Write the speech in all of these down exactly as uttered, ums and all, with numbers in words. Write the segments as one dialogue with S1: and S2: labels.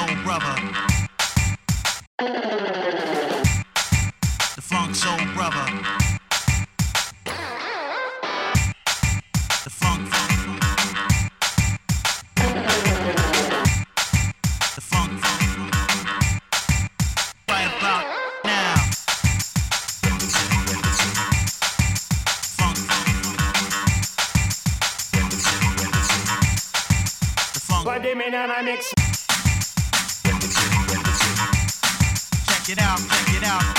S1: soul brother. The funk soul brother. The funk funk funk. The funk funk funk. Right about now. Funk funk funk. The funk.
S2: Клади меня на микс.
S1: Check it out, check it out.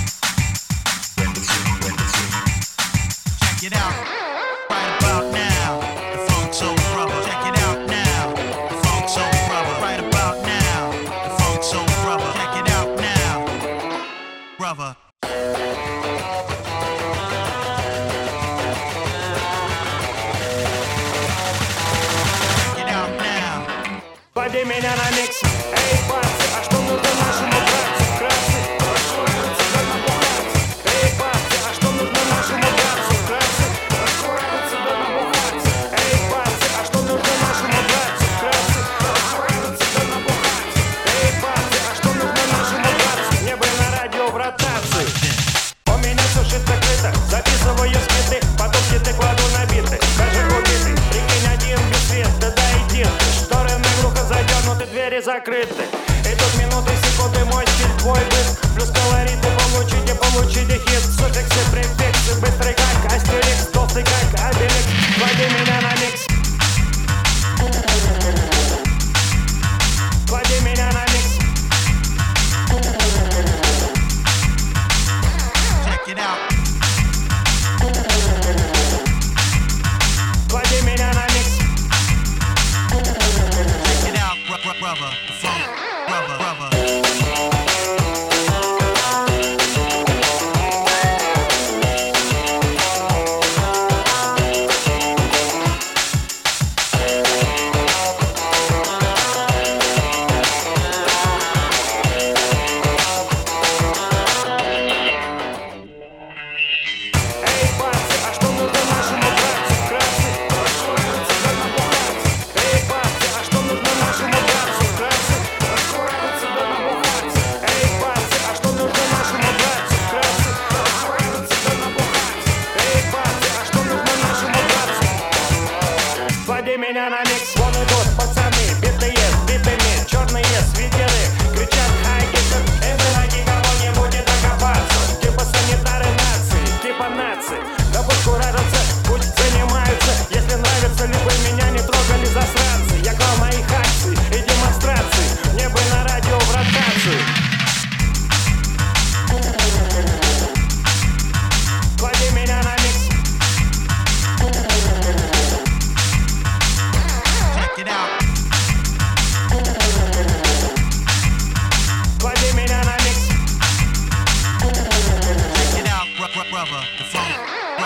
S1: Check it out. Right about now. The funk soul brother. Check it out now. The funk soul brother. Right about now. The funk soul brother. Check it out now. Brother. Check it out now.
S2: Клади меня на микс. Эй, пацы, а что нужно нашему братцу? Вкратце, расшуриваться да набухаться. Эй, пацы, а что нужно нашему братцу? Вкратце, расшуриваться да набухаться. Эй, пацы, а что нужно нашему братцу? Вкратце, расшуриваться да набухаться. Эй, пацы, а что нужно нашему братцу? Мне бы на радио врататься. У меня все шит закрыто, записываю скиты, потом скиты кладу на биты. Даже убитый, прикинь, один без света, да иди ты. Шторы наглухо задернуты, двери закрыты. И тут минуты, секунды, мой стиль, твой быт. Плюс колориты, получите, получите хит. Суффиксы, префиксы, быстрый как астерикс, толстый как обеликс. Клади меня на микс. Клади меня на микс.
S1: Check it out.
S2: Клади меня на микс.
S1: Check it out, bro- bro- brother. The funk brother, brother.
S2: Эй, пацы, а что нужно нашему братцу? Вкратце, расшуриваться да набухаться. Эй, пацы, а что нужно нашему братцу? Вкратце, расшуриваться да набухаться. Эй, пацы, а что нужно нашему братцу? Вкратце, расшуриваться да набухаться. Эй, пацы, а что нужно нашему братцу? Клади меня на микс. Вон идут пацаны, битые, с битыми, черные свитеры. Кричат хай-гитер, и вы на никого не будет докопаться. Типа санитары нации, типа нации. Да пусть куражатся, пусть занимаются. Если нравится, либо меня не трогали засранцы. Я клал моих акций и демонстраций. Мне бы на радио в ротацию. Клади меня на микс.
S1: Check it out.
S2: Клади меня на микс.
S1: Check it out, bro- bro- brother. The funk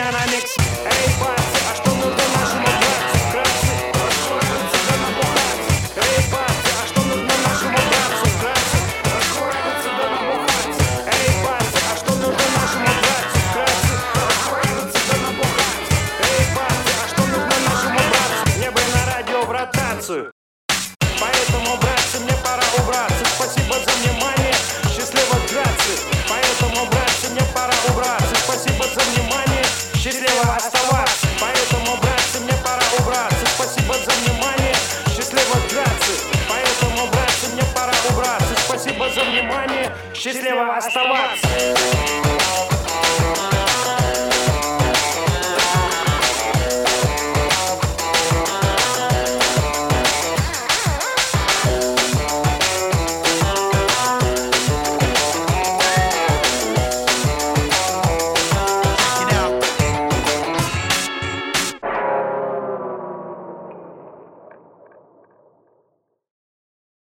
S2: меня на микс. Эй, братцы, а что нужно нашему братцу? Вкратце, раскураться да набухаться. Эй, братцы, а что нужно нашему братцу? Вкратце, раскураться да набухаться. Эй, братцы, а что нужно нашему братцу? Вкратце, раскураться да набухаться. Эй, братцы, а что нужно нашему братцу? Мне бы на радио в ротацию. Поэтому, братцы, мне пора убраться. Спасибо за внимание, счастливо, братцы. Поэтому, братцы, мне пора убраться. Спасибо за внимание, счастливо оставаться. Поэтому, братцы, мне пора убраться. Спасибо за внимание, счастливо, братцы. Поэтому, братцы, мне пора убраться. Спасибо за внимание, счастливо оставаться.